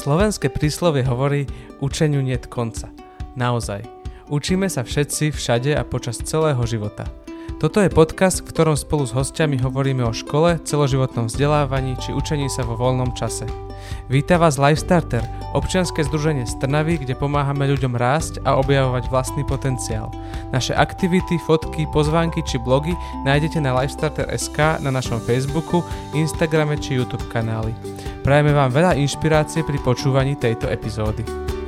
Slovenské príslovie hovorí, učeniu niet konca. Naozaj. Učíme sa všetci, všade a počas celého života. Toto je podcast, v ktorom spolu s hostiami hovoríme o škole, celoživotnom vzdelávaní či učení sa vo voľnom čase. Víta vás Lifestarter, občianske združenie z Trnavy, kde pomáhame ľuďom rásť a objavovať vlastný potenciál. Naše aktivity, fotky, pozvánky či blogy nájdete na Lifestarter.sk, na našom Facebooku, Instagrame či YouTube kanáli. Prajeme vám veľa inšpirácie pri počúvaní tejto epizódy.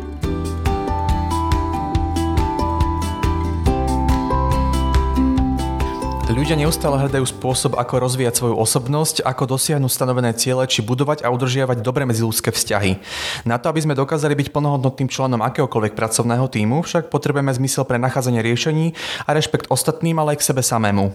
Ľudia neustále hľadajú spôsob, ako rozvíjať svoju osobnosť, ako dosiahnuť stanovené ciele, či budovať a udržiavať dobré medziľudské vzťahy. Na to, aby sme dokázali byť plnohodnotným členom akéhokoľvek pracovného tímu, však potrebujeme zmysel pre nachádzanie riešení a rešpekt ostatným, ale aj k sebe samému.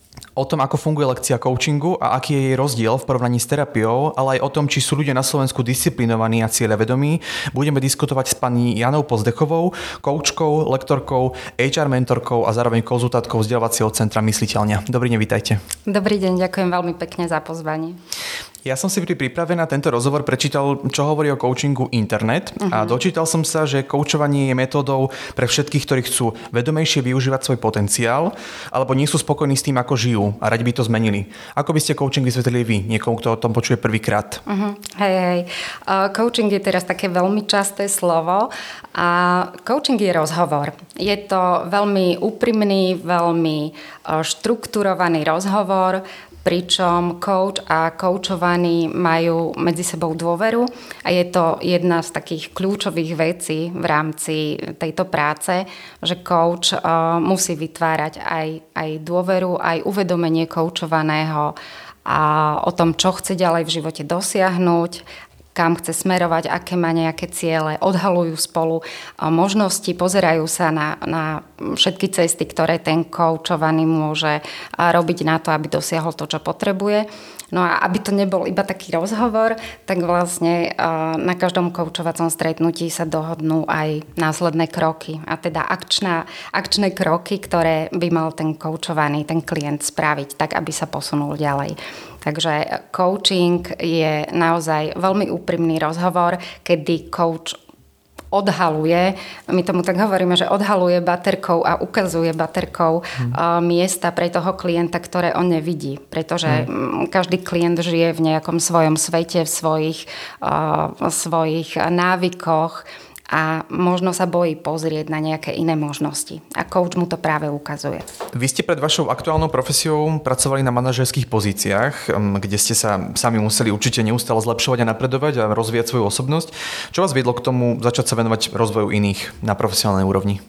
O tom, ako funguje lekcia coachingu a aký je jej rozdiel v porovnaní s terapiou, ale aj o tom, či sú ľudia na Slovensku disciplinovaní a cieľavedomí, budeme diskutovať s pani Janou Pozdechovou, coachkou, lektorkou, HR mentorkou a zároveň konzultantkou vzdelávacieho centra Mysliteľňa. Dobrý deň, vítajte. Dobrý deň, ďakujem veľmi pekne za pozvanie. Ja som si pri príprave na tento rozhovor prečítal, čo hovorí o coachingu internet a dočítal som sa, že coachovanie je metódou pre všetkých, ktorí chcú vedomejšie využívať svoj potenciál alebo nie sú spokojní s tým, ako žijú a radi by to zmenili. Ako by ste coaching vysvetlili vy, niekomu, kto o tom počuje prvýkrát? Hej. Coaching je teraz také veľmi časté slovo a coaching je rozhovor. Je to veľmi úprimný, veľmi štrukturovaný rozhovor, pričom coach a coachovaní majú medzi sebou dôveru a je to jedna z takých kľúčových vecí v rámci tejto práce, že coach musí vytvárať aj dôveru, aj uvedomenie coachovaného a o tom, čo chce ďalej v živote dosiahnuť, kam chce smerovať, aké má nejaké ciele, odhalujú spolu možnosti, pozerajú sa na všetky cesty, ktoré ten coachovaný môže robiť na to, aby dosiahol to, čo potrebuje. No a aby to nebol iba taký rozhovor, tak vlastne na každom coachovacom stretnutí sa dohodnú aj následné kroky. A teda akčné kroky, ktoré by mal ten coachovaný, ten klient spraviť, tak aby sa posunul ďalej. Takže coaching je naozaj veľmi úprimný rozhovor, kedy coach odhaluje, my tomu tak hovoríme, že odhaluje baterkou a ukazuje baterkou miesta pre toho klienta, ktoré on nevidí. Pretože každý klient žije v nejakom svojom svete, v svojich návykoch a možno sa bojí pozrieť na nejaké iné možnosti. A coach mu to práve ukazuje. Vy ste pred vašou aktuálnou profesiou pracovali na manažerských pozíciách, kde ste sa sami museli určite neustále zlepšovať a napredovať a rozvíjať svoju osobnosť. Čo vás viedlo k tomu začať sa venovať rozvoju iných na profesionálnej úrovni?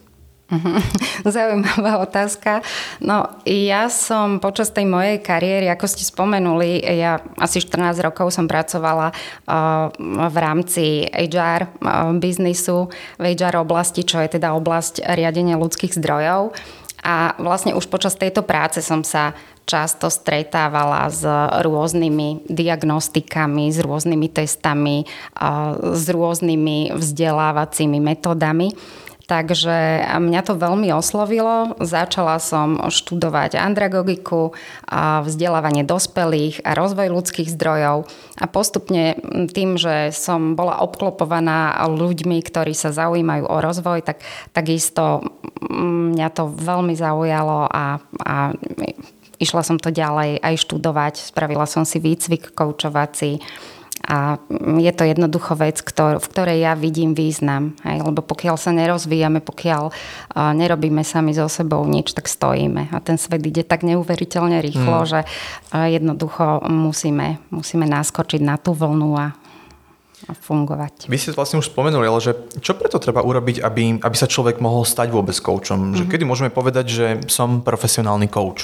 Zaujímavá otázka. No, ja som počas tej mojej kariéry, ako ste spomenuli, ja asi 14 rokov som pracovala v rámci HR biznisu, v HR oblasti, čo je teda oblasť riadenia ľudských zdrojov. A vlastne už počas tejto práce som sa často stretávala s rôznymi diagnostikami, s rôznymi testami, s rôznymi vzdelávacími metodami. Takže mňa to veľmi oslovilo. Začala som študovať andragogiku, vzdelávanie dospelých a rozvoj ľudských zdrojov. A postupne tým, že som bola obklopovaná ľuďmi, ktorí sa zaujímajú o rozvoj, tak takisto mňa to veľmi zaujalo a išla som to ďalej aj študovať. Spravila som si výcvik koučovací. A je to jednoducho vec, v ktorej ja vidím význam. Lebo pokiaľ sa nerozvíjame, pokiaľ nerobíme sami so sebou nič, tak stojíme. A ten svet ide tak neuveriteľne rýchlo, že jednoducho musíme naskočiť na tú vlnu a fungovať. Vy ste vlastne už spomenuli, ale že čo preto treba urobiť, aby sa človek mohol stať vôbec coachom? Že kedy môžeme povedať, že som profesionálny coach?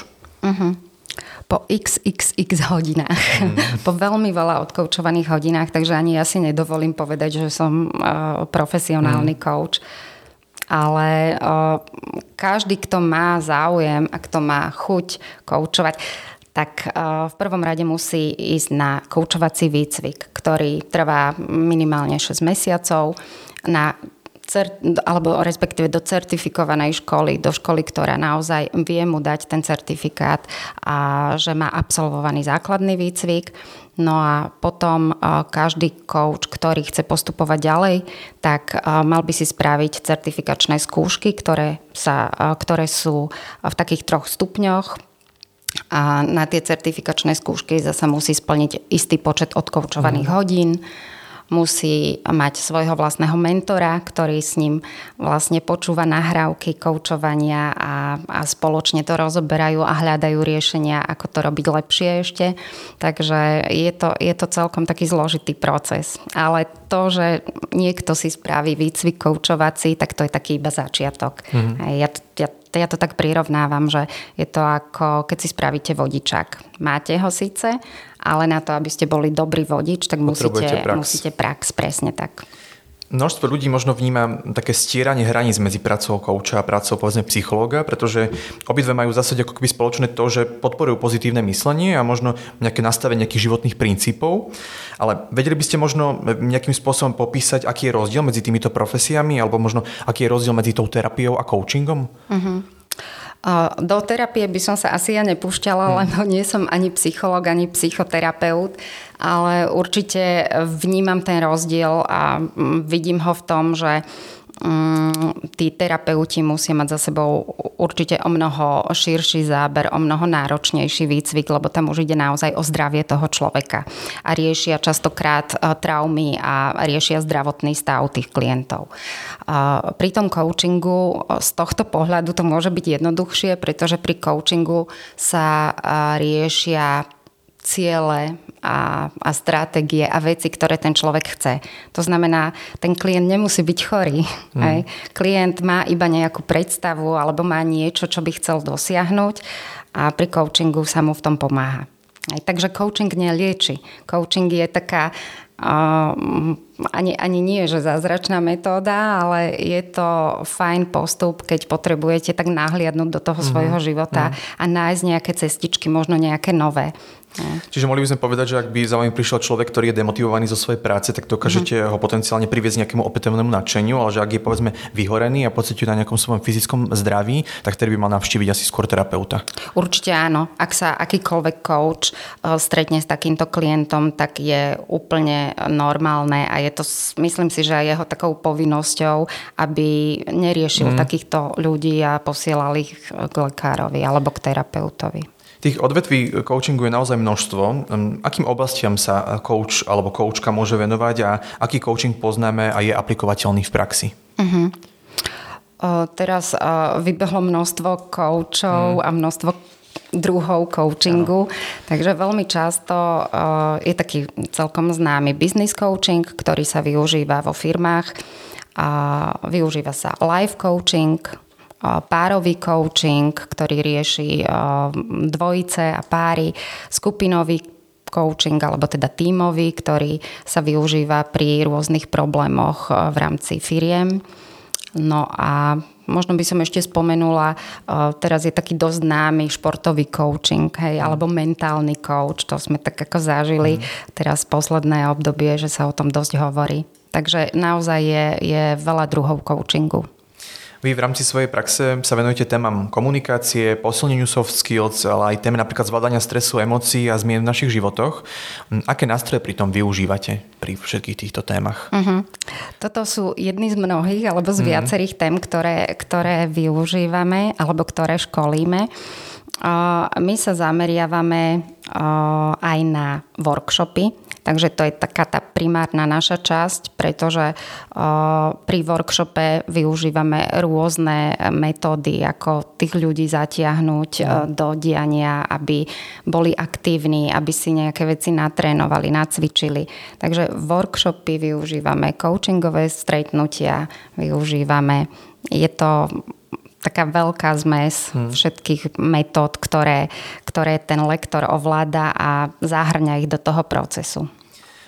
Po XXX hodinách. Po veľmi veľa odkoučovaných hodinách, takže ani ja si nedovolím povedať, že som profesionálny coach. Ale každý, kto má záujem a kto má chuť koučovať, tak v prvom rade musí ísť na koučovací výcvik, ktorý trvá minimálne 6 mesiacov. Na alebo respektíve do certifikovanej školy, do školy, ktorá naozaj vie mu dať ten certifikát a že má absolvovaný základný výcvik. No a potom každý coach, ktorý chce postupovať ďalej, tak mal by si spraviť certifikačné skúšky, ktoré sú v takých 3 stupňoch. A na tie certifikačné skúšky zasa musí splniť istý počet odkoučovaných hodín. Musí mať svojho vlastného mentora, ktorý s ním vlastne počúva nahrávky koučovania a spoločne to rozoberajú a hľadajú riešenia, ako to robiť lepšie ešte. Takže je to celkom taký zložitý proces. Ale to, že niekto si spraví výcvik koučovací, tak to je taký iba začiatok. Ja to tak prirovnávam, že je to ako keď si spravíte vodičák. Máte ho síce, ale na to, aby ste boli dobrý vodič, tak musíte prax, presne tak. Množstvo ľudí možno vníma také stieranie hraníc medzi pracou kouča a pracou povedzme psychológa, pretože obidve majú v zásade ako keby spoločné to, že podporujú pozitívne myslenie a možno nejaké nastavenie nejakých životných princípov. Ale vedeli by ste možno nejakým spôsobom popísať, aký je rozdiel medzi týmito profesiami alebo možno aký je rozdiel medzi tou terapiou a coachingom? Do terapie by som sa asi ja nepúšťala, lebo nie som ani psychológ, ani psychoterapeut, ale určite vnímam ten rozdiel a vidím ho v tom, že tí terapeuti musia mať za sebou určite o mnoho širší záber, o mnoho náročnejší výcvik, lebo tam už ide naozaj o zdravie toho človeka. A riešia častokrát traumy a riešia zdravotný stav tých klientov. Pri tom coachingu z tohto pohľadu to môže byť jednoduchšie, pretože pri coachingu sa riešia ciele a stratégie a veci, ktoré ten človek chce. To znamená, ten klient nemusí byť chorý. Klient má iba nejakú predstavu alebo má niečo, čo by chcel dosiahnuť a pri coachingu sa mu v tom pomáha. Takže coaching nelieči. Coaching je taká ani nie, že zázračná metóda, ale je to fajn postup, keď potrebujete tak nahliadnúť do toho svojho života a nájsť nejaké cestičky, možno nejaké nové. Čiže mohli by sme povedať, že ak by za vami prišiel človek, ktorý je demotivovaný zo svojej práce, tak dokážete ho potenciálne priviesť nejakému opätovnému nadšeniu, ale že ak je povedzme vyhorený a pociťuje na nejakom svojom fyzickom zdraví, tak tedy by mal navštíviť asi skôr terapeuta. Určite áno. Ak sa akýkoľvek coach stretne s takýmto klientom, tak je úplne normálne a je to, myslím si, že aj jeho takou povinnosťou, aby neriešil takýchto ľudí a posielal ich k lekárovi alebo k terapeutovi. Tých odvetví coachingu je naozaj množstvo. Akým oblastiam sa coach alebo coachka môže venovať a aký coaching poznáme a je aplikovateľný v praxi? Teraz vybehlo množstvo coachov a množstvo druhov coachingu. Takže veľmi často je taký celkom známy business coaching, ktorý sa využíva vo firmách. Využíva sa life coaching, párový coaching, ktorý rieši dvojice a páry, skupinový coaching, alebo teda tímový, ktorý sa využíva pri rôznych problémoch v rámci firiem. No a možno by som ešte spomenula, teraz je taký dosť známy športový coaching, alebo mentálny coach, to sme tak ako zažili teraz posledné obdobie, že sa o tom dosť hovorí. Takže naozaj je veľa druhov coachingu. Vy v rámci svojej praxe sa venujete témam komunikácie, posilneniu soft skills, ale aj téme napríklad zvládania stresu, emócií a zmien v našich životoch. Aké nástroje pri tom využívate pri všetkých týchto témach? Toto sú jedny z mnohých alebo z viacerých tém, ktoré využívame alebo ktoré školíme. My sa zameriavame aj na workshopy, takže to je taká tá primárna naša časť, pretože pri workshope využívame rôzne metódy, ako tých ľudí zatiahnuť do diania, aby boli aktívni, aby si nejaké veci natrénovali, nacvičili. Takže workshopy využívame, coachingové stretnutia využívame. Je to taká veľká zmes všetkých metód, ktoré ten lektor ovláda a zahrňa ich do toho procesu.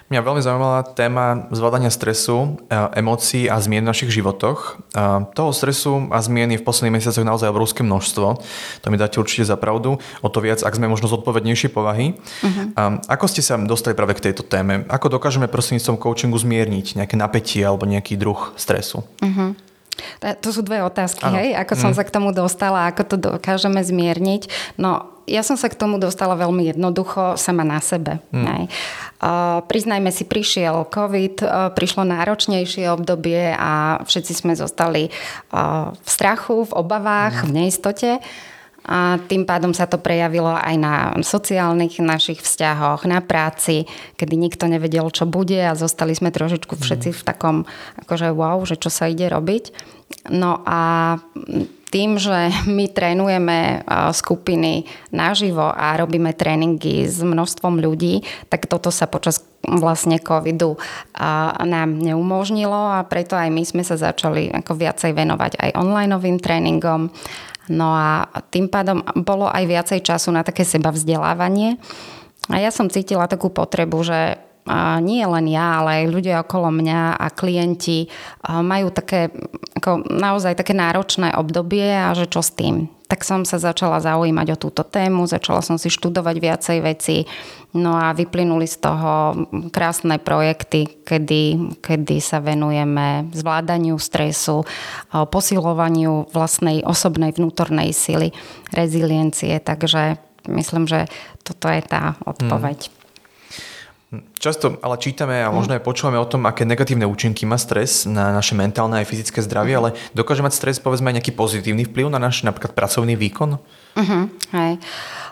Mňa veľmi zaujímavá téma zvládania stresu, emócií a zmien v našich životoch. Toho stresu a zmien je v posledných mesiacoch naozaj obrovské množstvo. To mi dáte určite za pravdu. O to viac, ak sme možno zodpovednejšie povahy. Ako ste sa dostali práve k tejto téme? Ako dokážeme prostredníctvom coachingu zmierniť nejaké napätie alebo nejaký druh stresu? To sú dve otázky, hej? Ako som sa k tomu dostala, ako to dokážeme zmierniť. No, ja som sa k tomu dostala veľmi jednoducho, sama na sebe. Priznajme si, prišiel COVID, prišlo náročnejšie obdobie a všetci sme zostali v strachu, v obavách, v neistote. A tým pádom sa to prejavilo aj na sociálnych našich vzťahoch, na práci, kedy nikto nevedel, čo bude a zostali sme trošičku všetci v takom, akože wow, že čo sa ide robiť. No a tým, že my trénujeme skupiny naživo a robíme tréningy s množstvom ľudí, tak toto sa počas vlastne covidu nám neumožnilo a preto aj my sme sa začali ako viacej venovať aj onlineovým tréningom. No a tým pádom bolo aj viacej času na také sebavzdelávanie. A ja som cítila takú potrebu, že nie len ja, ale aj ľudia okolo mňa a klienti majú také, ako naozaj také náročné obdobie a že čo s tým. Tak som sa začala zaujímať o túto tému, začala som si študovať viacej veci, no a vyplynuli z toho krásne projekty, kedy sa venujeme zvládaniu stresu, posilovaniu vlastnej osobnej vnútornej sily, reziliencie, takže myslím, že toto je tá odpoveď. Často ale čítame a možno aj počúvame o tom, aké negatívne účinky má stres na naše mentálne aj fyzické zdravie, ale dokáže mať stres povedzme aj nejaký pozitívny vplyv na náš napríklad pracovný výkon? Hej.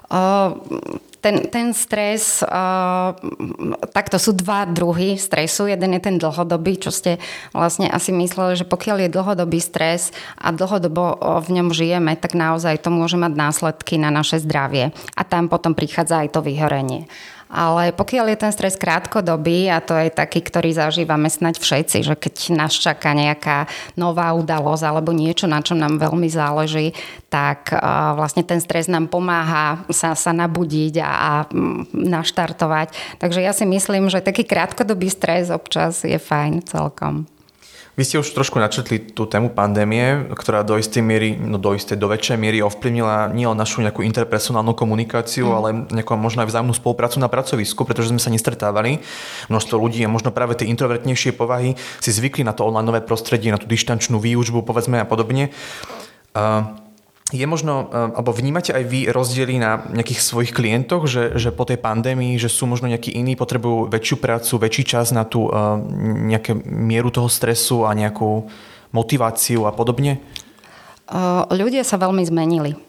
Ten stres, takto sú dva druhy stresu. Jeden je ten dlhodobý, čo ste vlastne asi mysleli, že pokiaľ je dlhodobý stres a dlhodobo v ňom žijeme, tak naozaj to môže mať následky na naše zdravie. A tam potom prichádza aj to vyhorenie. Ale pokiaľ je ten stres krátkodobý, a to je taký, ktorý zažívame snáď všetci, že keď nás čaká nejaká nová udalosť alebo niečo, na čo nám veľmi záleží, tak vlastne ten stres nám pomáha sa nabudiť a naštartovať. Takže ja si myslím, že taký krátkodobý stres občas je fajn celkom. Vy ste už trošku načrtli tú tému pandémie, ktorá do väčšej miery ovplyvnila nielen našu nejakú interpersonálnu komunikáciu, ale nejakú možno aj vzájomnú spoluprácu na pracovisku, pretože sme sa nestretávali. Množstvo ľudí a možno práve tie introvertnejšie povahy si zvykli na to onlineové prostredie, na tú dištančnú výučbu, povedzme a podobne. Je možno, alebo vnímate aj vy rozdiely na nejakých svojich klientoch, že po tej pandémii, že sú možno nejakí iní, potrebujú väčšiu prácu, väčší čas na tú nejakú mieru toho stresu a nejakú motiváciu a podobne? Ľudia sa veľmi zmenili.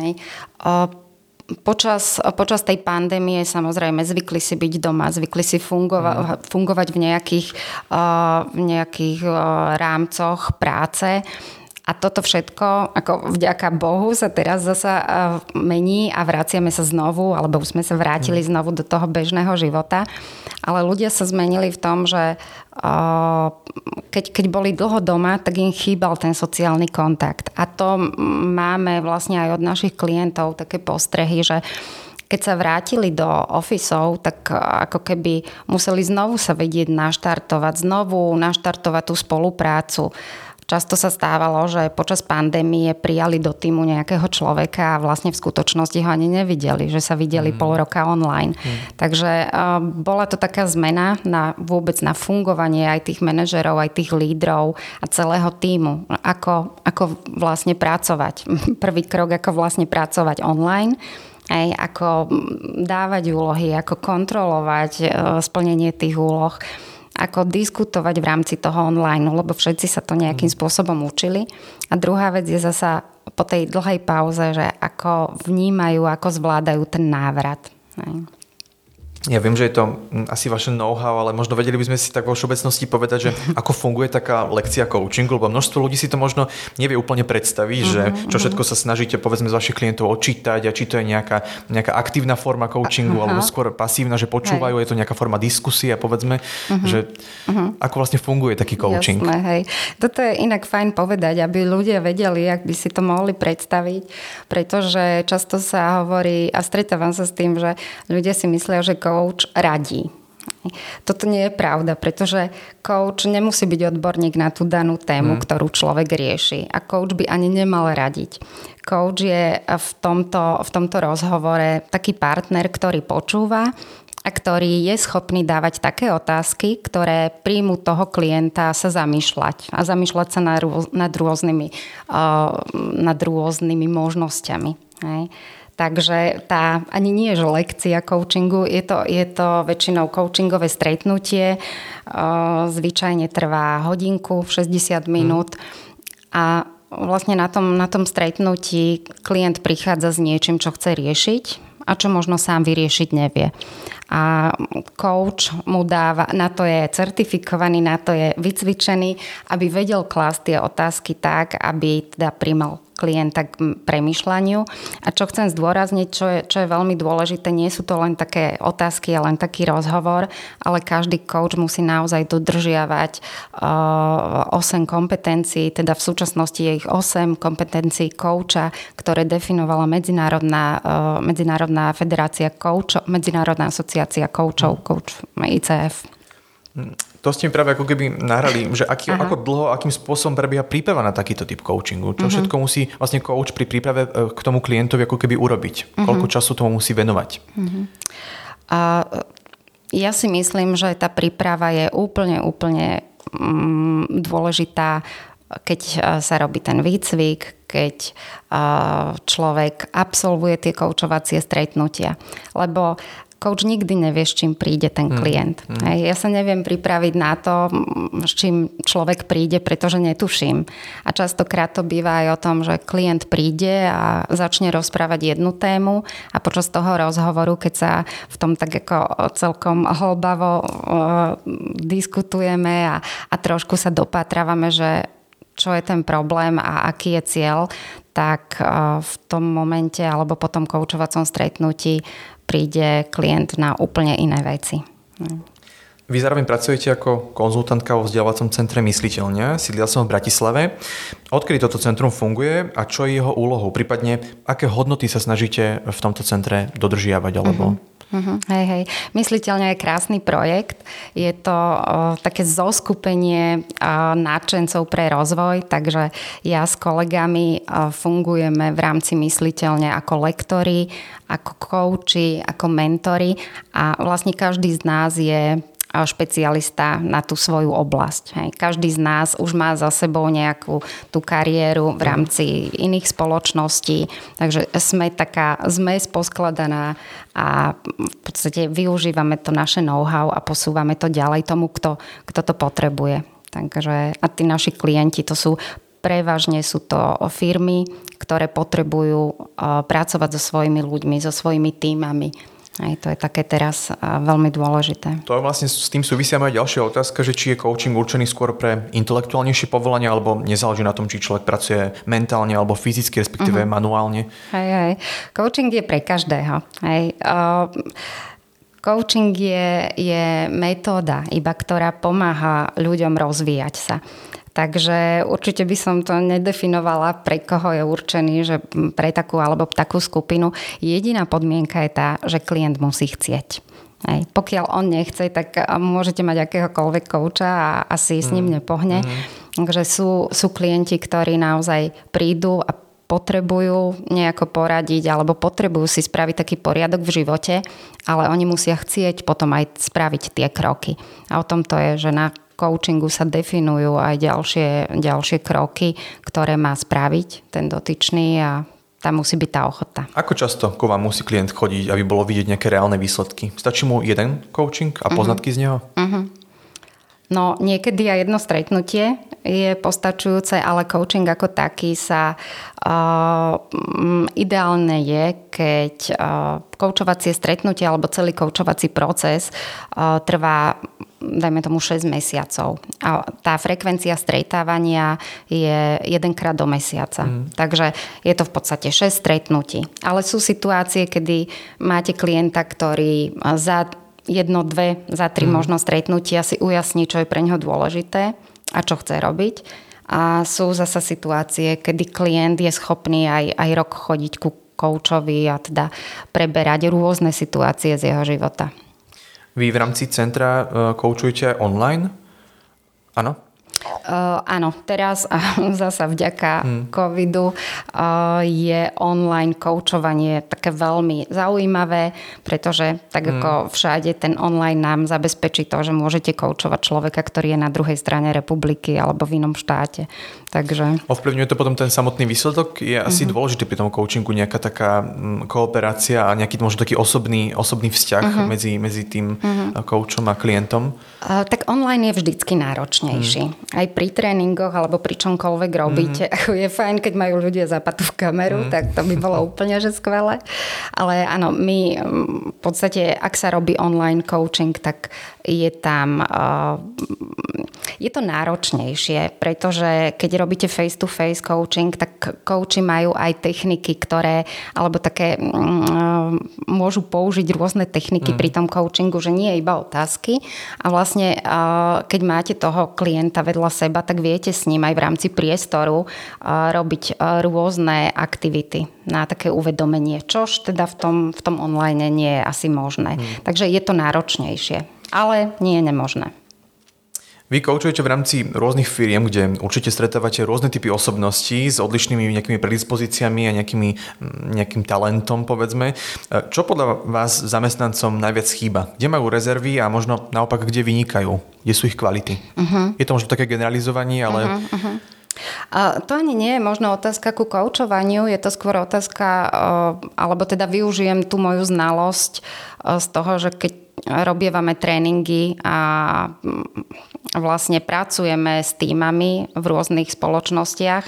Počas tej pandémie samozrejme zvykli si byť doma, zvykli si fungovať v nejakých rámcoch práce. A toto všetko, ako vďaka Bohu, sa teraz zasa mení a vraciame sa znovu, alebo už sme sa vrátili znovu do toho bežného života. Ale ľudia sa zmenili v tom, že keď boli dlho doma, tak im chýbal ten sociálny kontakt. A to máme vlastne aj od našich klientov také postrehy, že keď sa vrátili do ofisov, tak ako keby museli znovu sa vedieť naštartovať tú spoluprácu. Často sa stávalo, že počas pandémie prijali do týmu nejakého človeka a vlastne v skutočnosti ho ani nevideli, že sa videli pol roka online. Takže bola to taká zmena vôbec na fungovanie aj tých manažerov, aj tých lídrov a celého týmu. Ako vlastne pracovať. Prvý krok, ako vlastne pracovať online. Ako dávať úlohy, ako kontrolovať splnenie tých úloh, ako diskutovať v rámci toho online, lebo všetci sa to nejakým spôsobom učili. A druhá vec je zasa po tej dlhej pauze, že ako vnímajú, ako zvládajú ten návrat. Ja viem, že je to asi vaše know-how, ale možno vedeli by sme si tak vo všeobecnosti povedať, že ako funguje taká lekcia coachingu, lebo množstvo ľudí si to možno nevie úplne predstaviť, že čo všetko sa snažíte povedzme z vašich klientov odčítať a či to je nejaká aktívna forma coachingu alebo skôr pasívna, že počúvajú, je to nejaká forma diskusie a povedzme, že ako vlastne funguje taký coaching. Jasné, hej. Toto je inak fajn povedať, aby ľudia vedeli, ak by si to mohli predstaviť, pretože často sa hovorí a stretávam sa s tým, že ľudia si myslia, že coach radí. Toto nie je pravda, pretože coach nemusí byť odborník na tú danú tému, ktorú človek rieši. A coach by ani nemal radiť. Coach je v tomto rozhovore taký partner, ktorý počúva a ktorý je schopný dávať také otázky, ktoré príjmu toho klienta sa zamýšľať. A zamýšľať sa nad rôznymi možnosťami. Hej. Takže tá ani nie je že lekcia coachingu, je to väčšinou coachingové stretnutie, zvyčajne trvá hodinku, 60 minút a vlastne na tom stretnutí klient prichádza s niečím, čo chce riešiť a čo možno sám vyriešiť nevie. A coach mu dáva, na to je certifikovaný, na to je vycvičený, aby vedel klásť tie otázky tak, aby teda primal klienta k premýšľaniu. A čo chcem zdôrazniť, čo je veľmi dôležité, nie sú to len také otázky a len taký rozhovor, ale každý coach musí naozaj dodržiavať 8 kompetencií, teda v súčasnosti je ich 8 kompetencií coacha, ktoré definovala Medzinárodná federácia coachov, Medzinárodná asociácia coachov, coach ICF. To ste mi práve ako keby nahrali, že ako dlho, akým spôsobom prebieha príprava na takýto typ coachingu. Čo všetko musí vlastne coach pri príprave k tomu klientovi ako keby urobiť. Koľko času tomu musí venovať. Ja si myslím, že tá príprava je úplne dôležitá, keď sa robí ten výcvik, keď človek absolvuje tie coachovacie stretnutia. Lebo coach nikdy nevie, s čím príde ten klient. Ja sa neviem pripraviť na to, s čím človek príde, pretože netuším. A častokrát to býva aj o tom, že klient príde a začne rozprávať jednu tému a počas toho rozhovoru, keď sa v tom tak ako celkom hlbavo diskutujeme a trošku sa dopatrávame, že čo je ten problém a aký je cieľ, tak v tom momente alebo po tom coachovacom stretnutí príde klient na úplne iné veci. Vy zároveň pracujete ako konzultantka vo vzdelávacom centre Mysliteľňa, sídlia som v Bratislave. Odkedy toto centrum funguje a čo je jeho úlohou? Prípadne, aké hodnoty sa snažíte v tomto centre dodržiavať? Alebo... Hej. Mysliteľňa je krásny projekt. Je to také zoskupenie nadšencov pre rozvoj, takže ja s kolegami fungujeme v rámci Mysliteľne ako lektori, ako kouči, ako mentori a vlastne každý z nás je špecialista na tú svoju oblasť. Hej. Každý z nás už má za sebou nejakú tú kariéru v rámci iných spoločností, takže sme taká zmes poskladaná a v podstate využívame to naše know-how a posúvame to ďalej tomu, kto to potrebuje. Takže, a tí naši klienti, prevažne sú to firmy, ktoré potrebujú pracovať so svojimi ľuďmi, so svojimi tímami. Aj to je také teraz veľmi dôležité. To je vlastne s tým súvisia moja ďalšia otázka, že či je coaching určený skôr pre intelektuálnejšie povolania, alebo nezáleží na tom, či človek pracuje mentálne alebo fyzicky, respektíve manuálne. Hej. Coaching je pre každého. Hej. Coaching je metóda, ktorá pomáha ľuďom rozvíjať sa. Takže určite by som to nedefinovala, pre koho je určený, že pre takú alebo takú skupinu. Jediná podmienka je tá, že klient musí chcieť. Hej. Pokiaľ on nechce, tak môžete mať akéhokoľvek kouča a asi s ním nepohne. Takže sú klienti, ktorí naozaj prídu a potrebujú nejako poradiť alebo potrebujú si spraviť taký poriadok v živote, ale oni musia chcieť potom aj spraviť tie kroky. A o tom to je, že na coachingu sa definujú aj ďalšie kroky, ktoré má spraviť ten dotyčný a tam musí byť tá ochota. Ako často ku vám musí klient chodiť, aby bolo vidieť nejaké reálne výsledky? Stačí mu jeden coaching a poznatky z neho? No niekedy aj jedno stretnutie je postačujúce, ale coaching ako taký sa ideálne je, keď coachovacie stretnutie alebo celý coachovací proces trvá dajme tomu 6 mesiacov. A tá frekvencia stretávania je 1-krát do mesiaca. Takže je to v podstate 6 stretnutí. Ale sú situácie, kedy máte klienta, ktorý za 1, 2, za 3 možno stretnutia si ujasní, čo je pre neho dôležité a čo chce robiť. A sú zasa situácie, kedy klient je schopný aj rok chodiť ku koučovi a teda preberať rôzne situácie z jeho života. Vy v rámci centra koučujete online? Áno? Áno, teraz zasa vďaka covidu je online koučovanie také veľmi zaujímavé, pretože tak ako všade ten online nám zabezpečí to, že môžete koučovať človeka, ktorý je na druhej strane republiky alebo v inom štáte. Takže... Ovplyvňuje to potom ten samotný výsledok? Je asi dôležitý pri tom coachingu nejaká taká kooperácia a nejaký možno taký osobný vzťah medzi tým coachom a klientom? Tak online je vždycky náročnejší. Aj pri tréningoch alebo pri čomkoľvek robíte. Ako je fajn, keď majú ľudia zápatu v kameru, tak to by bolo úplne že skvelé. Ale áno, my v podstate, ak sa robí online coaching, tak je tam... Je to náročnejšie, pretože keď robíte face-to-face coaching, tak coachi majú aj techniky, ktoré, alebo také môžu použiť rôzne techniky pri tom coachingu, že nie je iba otázky. A vlastne, keď máte toho klienta vedľa seba, tak viete s ním aj v rámci priestoru robiť rôzne aktivity na také uvedomenie, čož teda v tom online nie je asi možné. Takže je to náročnejšie, ale nie je nemožné. Vy koučujete v rámci rôznych firiem, kde určite stretávate rôzne typy osobností s odlišnými nejakými predispozíciami a nejakým talentom, povedzme. Čo podľa vás zamestnancom najviac chýba? Kde majú rezervy a možno naopak, kde vynikajú? Kde sú ich kvality? Je to možno také generalizovanie, ale... To ani nie je možno otázka ku koučovaniu, je to skôr otázka, alebo teda využijem tú moju znalosť z toho, že keď robievame tréningy a vlastne pracujeme s tímami v rôznych spoločnostiach,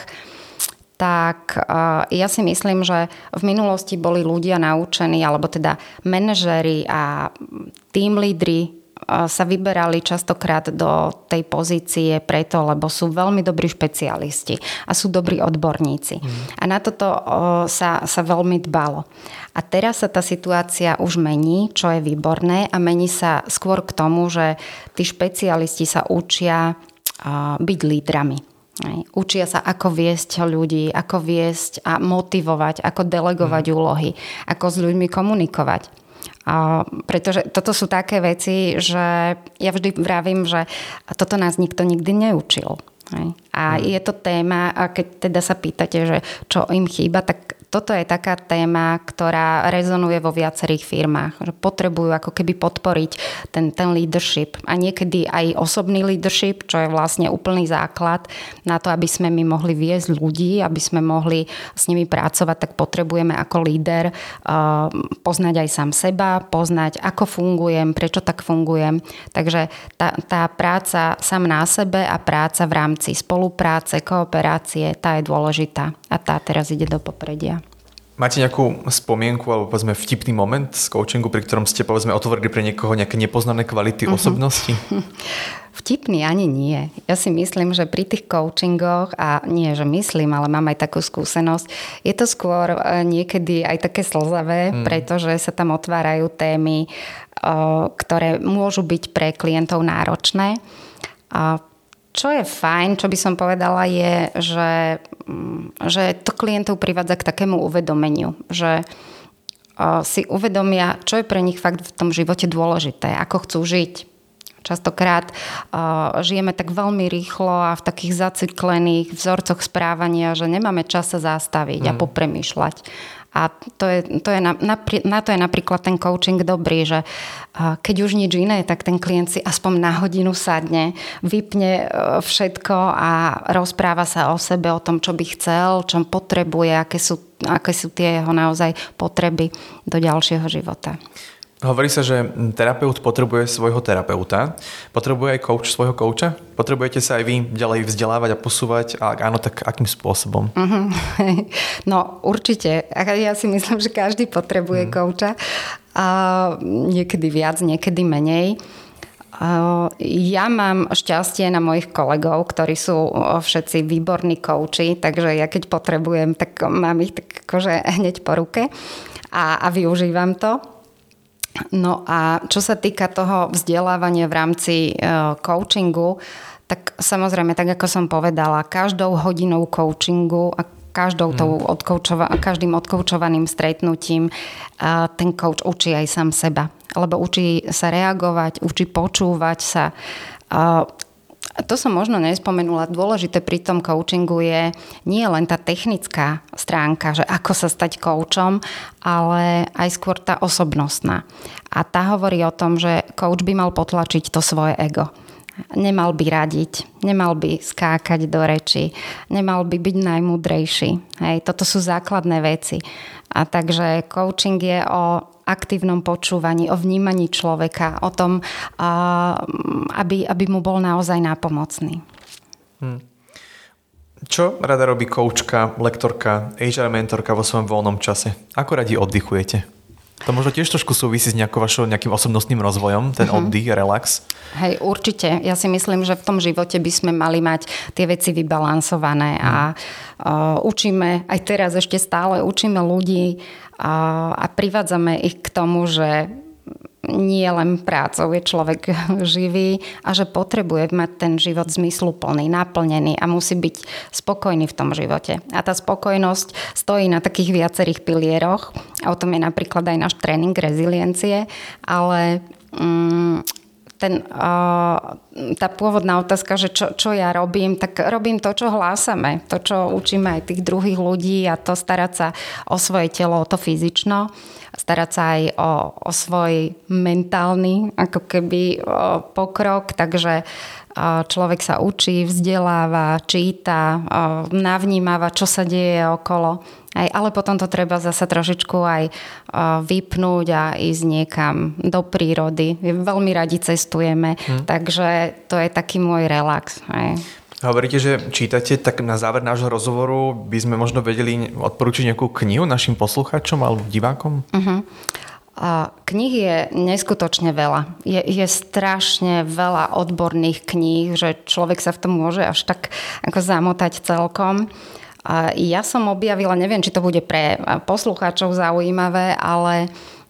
tak ja si myslím, že v minulosti boli ľudia naučení, alebo teda manažéri a team lídri sa vyberali častokrát do tej pozície preto, lebo sú veľmi dobrí špecialisti a sú dobrí odborníci. A na toto sa veľmi dbalo. A teraz sa tá situácia už mení, čo je výborné, a mení sa skôr k tomu, že tí špecialisti sa učia byť lídrami. Učia sa, ako viesť ľudí, ako viesť a motivovať, ako delegovať úlohy, ako s ľuďmi komunikovať. Pretože toto sú také veci, že ja vždy vravím, že toto nás nikto nikdy neučil. A je to téma, a keď teda sa pýtate, že čo im chýba, tak toto je taká téma, ktorá rezonuje vo viacerých firmách. Že potrebujú ako keby podporiť ten leadership. A niekedy aj osobný leadership, čo je vlastne úplný základ na to, aby sme my mohli viesť ľudí, aby sme mohli s nimi pracovať, tak potrebujeme ako líder poznať aj sám seba, poznať, ako fungujem, prečo tak fungujem. Takže tá práca sám na sebe a práca v rámci spolupráce, kooperácie, tá je dôležitá. A tá teraz ide do popredia. Máte nejakú spomienku alebo povedzme vtipný moment z coachingu, pri ktorom ste povedzme otvorili pre niekoho nejaké nepoznané kvality osobnosti? Vtipný ani nie. Ja si myslím, že pri tých coachingoch, a nie, že myslím, ale mám aj takú skúsenosť, je to skôr niekedy aj také slzavé, pretože sa tam otvárajú témy, ktoré môžu byť pre klientov náročné. Čo je fajn, čo by som povedala, je, že to klientov privádza k takému uvedomeniu, že si uvedomia, čo je pre nich fakt v tom živote dôležité, ako chcú žiť. Častokrát žijeme tak veľmi rýchlo a v takých zacyklených vzorcoch správania, že nemáme čas sa zastaviť a popremýšľať. A na to je napríklad ten coaching dobrý, že keď už nič iné, tak ten klient si aspoň na hodinu sadne, vypne všetko a rozpráva sa o sebe, o tom, čo by chcel, čo potrebuje, aké sú tie jeho naozaj potreby do ďalšieho života. Hovorí sa, že terapeut potrebuje svojho terapeuta. Potrebuje aj coach svojho coacha? Potrebujete sa aj vy ďalej vzdelávať a posúvať? A ak áno, tak akým spôsobom? No určite. Ja si myslím, že každý potrebuje coacha. Niekedy viac, niekedy menej. Ja mám šťastie na mojich kolegov, ktorí sú všetci výborní coachi, takže ja keď potrebujem, tak mám ich tak akože hneď po ruke a využívam to. No a čo sa týka toho vzdelávania v rámci coachingu, tak samozrejme, tak ako som povedala, každou hodinou coachingu každým odkoučovaným stretnutím ten coach učí aj sám seba. Lebo učí sa reagovať, učí počúvať sa. To som možno nespomenula. Dôležité pri tom coachingu je nie len tá technická stránka, že ako sa stať coachom, ale aj skôr tá osobnostná. A tá hovorí o tom, že coach by mal potlačiť to svoje ego. Nemal by radiť, nemal by skákať do reči, nemal by byť najmúdrejší. Hej, toto sú základné veci. A takže coaching je o aktívnom počúvaní, o vnímaní človeka, o tom, aby mu bol naozaj nápomocný. Čo rada robí koučka, lektorka, HR mentorka vo svojom voľnom čase? Ako radi oddychujete? To možno tiež trošku súvisí s nejakým osobnostným rozvojom, ten oddych, relax. Hej, určite. Ja si myslím, že v tom živote by sme mali mať tie veci vybalansované a učíme, aj teraz ešte stále učíme ľudí a privádzame ich k tomu, že nie len prácou je človek živý a že potrebuje mať ten život zmysluplný, naplnený a musí byť spokojný v tom živote. A tá spokojnosť stojí na takých viacerých pilieroch. A o tom je napríklad aj náš tréning reziliencie, ale tá pôvodná otázka, že čo ja robím, tak robím to, čo hlásame, to, čo učíme aj tých druhých ľudí a to starať sa o svoje telo, o to fyzično, starať sa aj o svoj mentálny ako keby pokrok, takže človek sa učí, vzdeláva, číta, navnímava, čo sa deje okolo. Ale potom to treba zasa trošičku aj vypnúť a ísť niekam do prírody. Veľmi radi cestujeme, takže to je taký môj relax. Hovoríte, že čítate, tak na záver nášho rozhovoru by sme možno vedeli odporúčiť nejakú knihu našim poslucháčom alebo divákom? Kníh je neskutočne veľa. Je strašne veľa odborných kníh, že človek sa v tom môže až tak ako zamotať celkom. Ja som objavila, neviem, či to bude pre poslucháčov zaujímavé, ale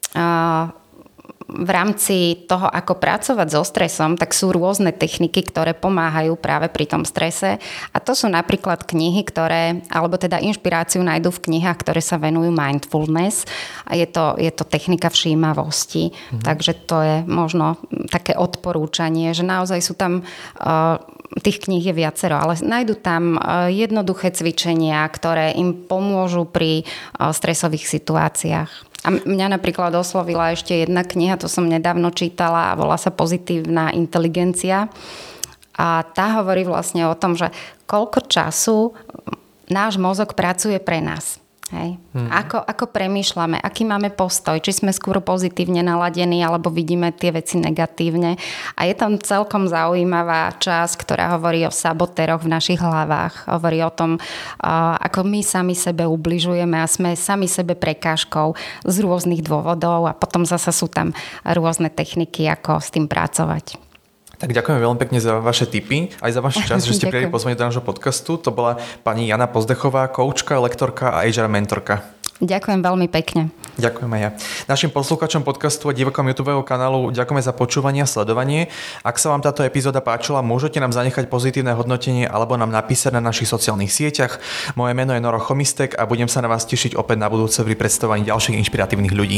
v rámci toho, ako pracovať so stresom, tak sú rôzne techniky, ktoré pomáhajú práve pri tom strese. A to sú napríklad knihy, alebo teda inšpiráciu nájdú v knihách, ktoré sa venujú mindfulness. A je to technika všímavosti. Takže to je možno také odporúčanie, že naozaj sú tam... Tých kníh je viacero, ale nájdu tam jednoduché cvičenia, ktoré im pomôžu pri stresových situáciách. A mňa napríklad oslovila ešte jedna kniha, to som nedávno čítala a volá sa Pozitívna inteligencia. A tá hovorí vlastne o tom, že koľko času náš mozog pracuje pre nás. Hej. Ako premýšľame, aký máme postoj, či sme skôr pozitívne naladení, alebo vidíme tie veci negatívne. A je tam celkom zaujímavá časť, ktorá hovorí o sabotéroch v našich hlavách. Hovorí o tom, ako my sami sebe ubližujeme a sme sami sebe prekážkou z rôznych dôvodov a potom zasa sú tam rôzne techniky, ako s tým pracovať. Tak ďakujem veľmi pekne za vaše tipy, aj za váš čas, že ste prijali pozvanie do nášho podcastu. To bola pani Jana Pozdechová, koučka, lektorka a HR mentorka. Ďakujem veľmi pekne. Ďakujem aj ja. Našim poslucháčom podcastu a divákom YouTubeho kanálu ďakujeme za počúvanie a sledovanie. Ak sa vám táto epizóda páčila, môžete nám zanechať pozitívne hodnotenie alebo nám napísať na našich sociálnych sieťach. Moje meno je Noro Chomistek a budem sa na vás tešiť opäť na budúce pri predstavovaní ďalších inšpiratívnych ľudí.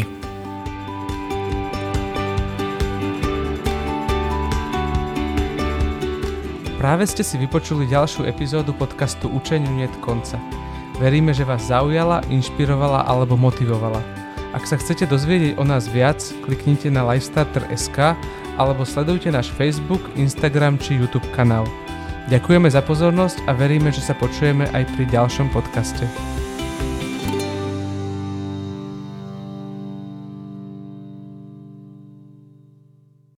Práve ste si vypočuli ďalšiu epizódu podcastu Učeniu niet konca. Veríme, že vás zaujala, inšpirovala alebo motivovala. Ak sa chcete dozvedieť o nás viac, kliknite na Lifestarter.sk alebo sledujte náš Facebook, Instagram či YouTube kanál. Ďakujeme za pozornosť a veríme, že sa počujeme aj pri ďalšom podcaste.